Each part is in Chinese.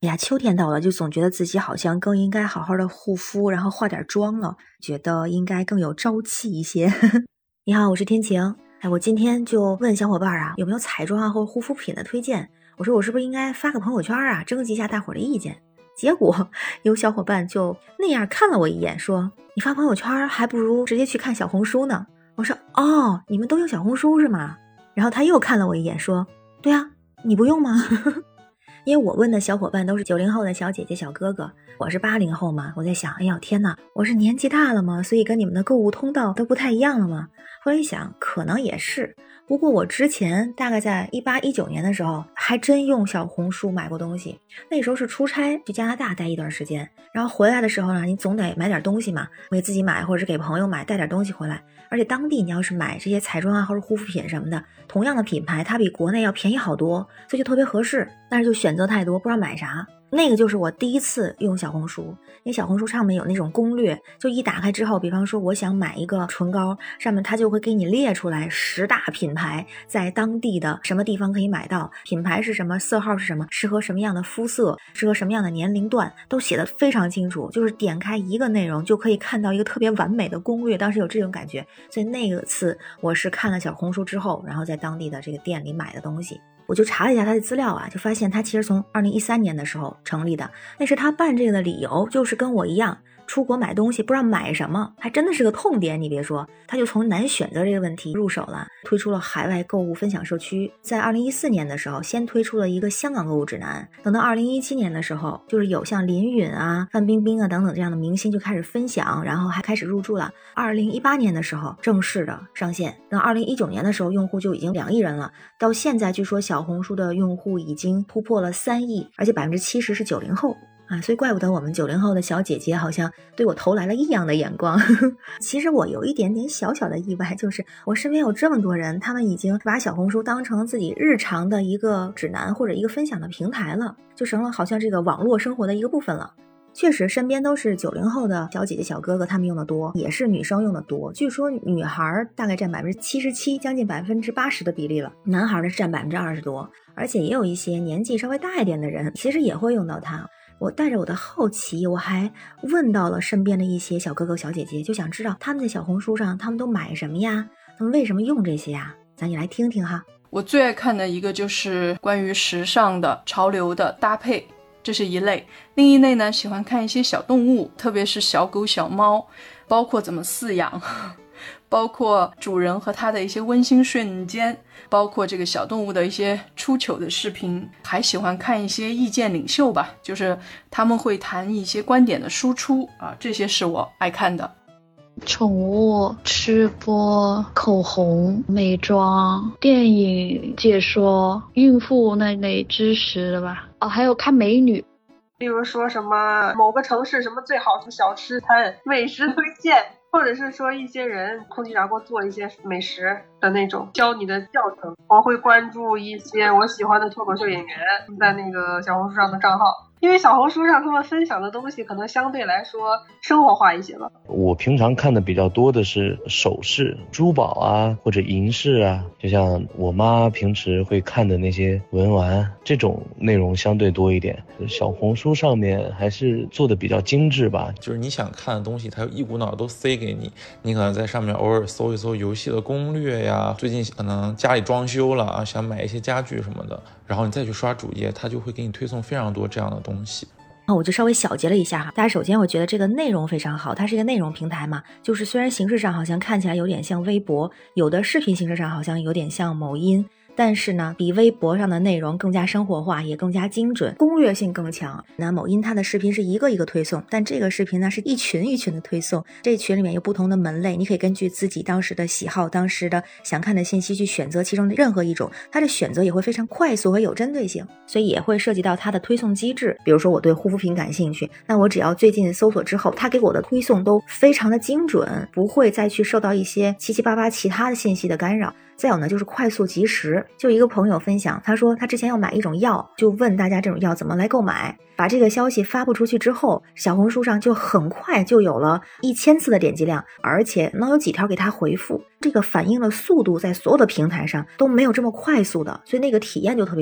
哎呀，秋天到了，就总觉得自己好像更应该好好的护肤，然后化点妆了，觉得应该更有朝气一些。你好，我是天晴。哎，我今天就问小伙伴啊，有没有彩妆啊或者护肤品的推荐？我说我是不是应该发个朋友圈啊，征集一下大伙儿的意见？结果有小伙伴就那样看了我一眼，说你发朋友圈还不如直接去看小红书呢。我说哦，你们都用小红书是吗？然后他又看了我一眼，说对啊，你不用吗？因为我问的小伙伴都是90后的小姐姐小哥哥，我是80后嘛，我在想，哎呀天哪，我是年纪大了吗？所以跟你们的购物通道都不太一样了吗？后来一想，可能也是。不过我之前大概在18、19年的时候，还真用小红书买过东西。那时候是出差去加拿大待一段时间，然后回来的时候呢，你总得买点东西嘛，给自己买或者是给朋友买，带点东西回来。而且当地你要是买这些彩妆啊或者护肤品什么的，同样的品牌它比国内要便宜好多，所以就特别合适。但是就选择太多，不知道买啥。那个就是我第一次用小红书，因为小红书上面有那种攻略，就一打开之后，比方说我想买一个唇膏，上面它就会给你列出来10大品牌在当地的什么地方可以买到，品牌是什么，色号是什么，适合什么样的肤色，适合什么样的年龄段，都写得非常清楚，就是点开一个内容就可以看到一个特别完美的攻略，当时有这种感觉。所以那个次我是看了小红书之后，然后在当地的这个店里买的东西。我就查了一下他的资料啊，就发现他其实从2013年的时候成立的，那是他办这个的理由，就是跟我一样，出国买东西不知道买什么，还真的是个痛点。你别说，他就从难选择这个问题入手了，推出了海外购物分享社区。在2014年的时候，先推出了一个香港购物指南，等到2017年的时候，就是有像林允啊、范冰冰啊等等这样的明星就开始分享，然后还开始入驻了。2018年的时候正式的上线，到2019年的时候用户就已经2亿人了，到现在据说小红书的用户已经突破了3亿，而且70%是90后啊，所以怪不得我们90后的小姐姐好像对我投来了异样的眼光。其实我有一点点小小的意外，就是我身边有这么多人，他们已经把小红书当成自己日常的一个指南或者一个分享的平台了，就成了好像这个网络生活的一个部分了。确实身边都是90后的小姐姐小哥哥，他们用的多，也是女生用的多，据说女孩大概占77%，将近80%的比例了，男孩呢是占20%多，而且也有一些年纪稍微大一点的人其实也会用到它。我带着我的好奇，我还问到了身边的一些小哥哥小姐姐，就想知道他们在小红书上他们都买什么呀，他们为什么用这些呀，咱也来听听哈。 我最爱看的一个就是关于时尚的潮流的搭配，这是一类。另一类呢，喜欢看一些小动物，特别是小狗小猫，包括怎么饲养，包括主人和他的一些温馨瞬间，包括这个小动物的一些出糗的视频，还喜欢看一些意见领袖吧，就是他们会谈一些观点的输出啊，这些是我爱看的。 宠物、吃播、口红、美妆、电影解说、孕妇那类知识的吧。哦，还有看美女， 例如说什么某个城市什么最好的小吃摊、美食推荐，或者是说一些人空气炸锅做一些美食的那种教你的教程。我会关注一些我喜欢的脱口秀演员在那个小红书上的账号，因为小红书上他们分享的东西可能相对来说生活化一些吧。 我平常看的比较多的是首饰、珠宝啊，或者银饰啊，就像我妈平时会看的那些文玩，这种内容相对多一点。小红书上面还是做的比较精致吧， 就是你想看的东西，它一股脑都塞给你，你可能在上面偶尔搜一搜游戏的攻略呀，最近可能家里装修了啊，想买一些家具什么的，然后你再去刷主页，它就会给你推送非常多这样的东西。 我就稍微小结了一下哈，大家首先我觉得这个内容非常好，它是一个内容平台嘛，就是虽然形式上好像看起来有点像微博，有的视频形式上好像有点像某音，但是呢，比微博上的内容更加生活化，也更加精准，攻略性更强。那某音它的视频是一个一个推送，但这个视频呢是一群一群的推送，这群里面有不同的门类，你可以根据自己当时的喜好、当时的想看的信息去选择其中的任何一种，它的选择也会非常快速和有针对性，所以也会涉及到它的推送机制。比如说我对护肤品感兴趣，那我只要最近搜索之后，它给我的推送都非常的精准，不会再去受到一些七七八八其他的信息的干扰。再有呢，就是快速及时。就一个朋友分享，他说他之前要买一种药，就问大家这种药怎么来购买。把这个消息发布出去之后，小红书上就很快就有了1000次的点击量，而且能有几条给他回复。这个反应的速度在所有的平台上都没有这么快速的，所以那个体验就特别好。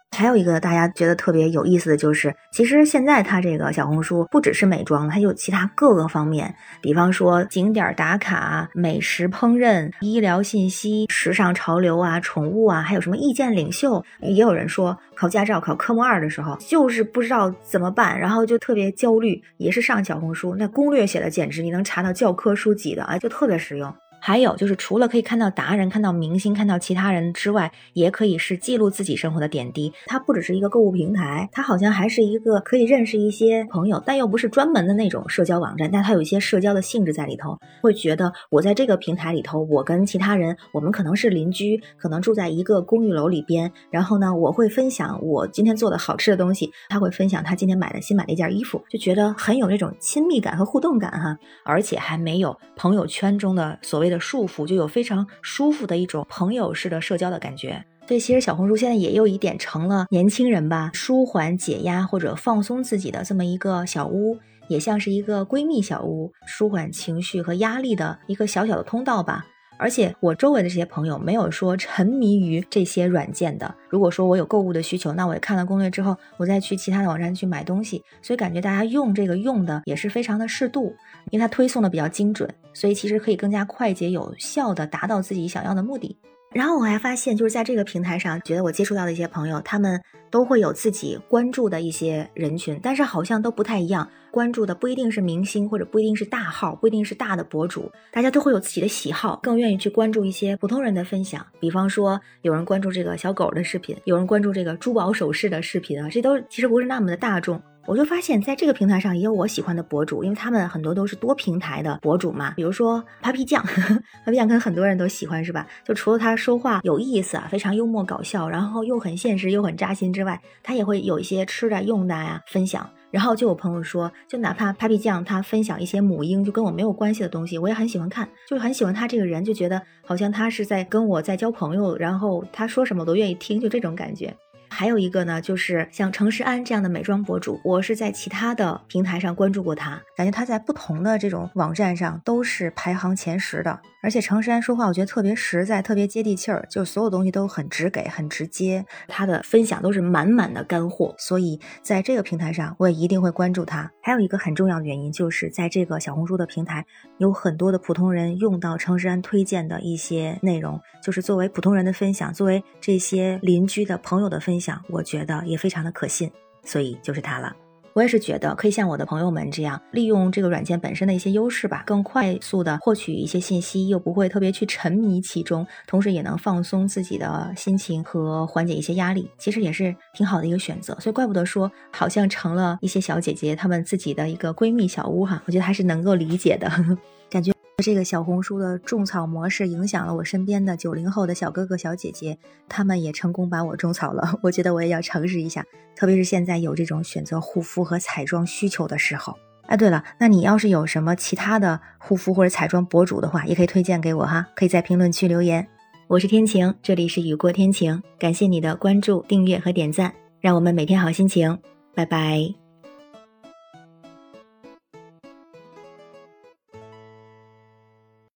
还有一个大家觉得特别有意思的就是，其实现在它这个小红书不只是美妆，它有其他各个方面，比方说景点打卡、美食烹饪、医疗信息、时尚潮流啊、宠物啊，还有什么意见领袖。也有人说考驾照考科目2的时候就是不知道怎么办，然后就特别焦虑，也是上小红书，那攻略写的简直你能查到教科书级的啊，就特别实用。还有就是除了可以看到达人、看到明星、看到其他人之外，也可以是记录自己生活的点滴。它不只是一个购物平台，它好像还是一个可以认识一些朋友，但又不是专门的那种社交网站，但它有一些社交的性质在里头。会觉得我在这个平台里头，我跟其他人，我们可能是邻居，可能住在一个公寓楼里边，然后呢，我会分享我今天做的好吃的东西，他会分享他今天新买的一件衣服，就觉得很有那种亲密感和互动感哈，而且还没有朋友圈中的所谓的束缚，就有非常舒服的一种朋友式的社交的感觉。所以其实小红书现在也有一点成了年轻人吧舒缓解压或者放松自己的这么一个小屋，也像是一个闺蜜小屋，舒缓情绪和压力的一个小小的通道吧。而且我周围的这些朋友没有说沉迷于这些软件的，如果说我有购物的需求，那我也看了攻略之后，我再去其他的网站去买东西，所以感觉大家用的也是非常的适度，因为它推送的比较精准，所以其实可以更加快捷有效的达到自己想要的目的。然后我还发现，就是在这个平台上，觉得我接触到的一些朋友，他们都会有自己关注的一些人群，但是好像都不太一样，关注的不一定是明星，或者不一定是大号，不一定是大的博主，大家都会有自己的喜好，更愿意去关注一些普通人的分享。比方说有人关注这个小狗的视频，有人关注这个珠宝首饰的视频啊，这都其实不是那么的大众。我就发现在这个平台上也有我喜欢的博主，因为他们很多都是多平台的博主嘛，比如说 Papi 酱Papi 酱跟很多人都喜欢是吧，就除了他说话有意思啊，非常幽默搞笑，然后又很现实又很扎心之外，他也会有一些吃的用的呀分享。然后就有朋友说，就哪怕 Papi 酱他分享一些母婴就跟我没有关系的东西，我也很喜欢看，就是很喜欢他这个人，就觉得好像他是在跟我在交朋友，然后他说什么我都愿意听，就这种感觉。还有一个呢，就是像程诗安这样的美妆博主，我是在其他的平台上关注过他，感觉他在不同的这种网站上都是排行前10的。而且程诗安说话我觉得特别实在，特别接地气儿，就所有东西都很直给很直接，他的分享都是满满的干货，所以在这个平台上我也一定会关注他。还有一个很重要的原因，就是在这个小红书的平台有很多的普通人用到程诗安推荐的一些内容，就是作为普通人的分享，作为这些邻居的朋友的分享，我觉得也非常的可信，所以就是他了。我也是觉得可以像我的朋友们这样利用这个软件本身的一些优势吧，更快速的获取一些信息，又不会特别去沉迷其中，同时也能放松自己的心情和缓解一些压力，其实也是挺好的一个选择。所以怪不得说好像成了一些小姐姐她们自己的一个闺蜜小屋哈，我觉得还是能够理解的感觉这个小红书的种草模式影响了我身边的90后的小哥哥小姐姐，他们也成功把我种草了，我觉得我也要尝试一下，特别是现在有这种选择护肤和彩妆需求的时候。哎，对了，那你要是有什么其他的护肤或者彩妆博主的话，也可以推荐给我哈，可以在评论区留言。我是天晴，这里是雨过天晴，感谢你的关注、订阅和点赞，让我们每天好心情，拜拜。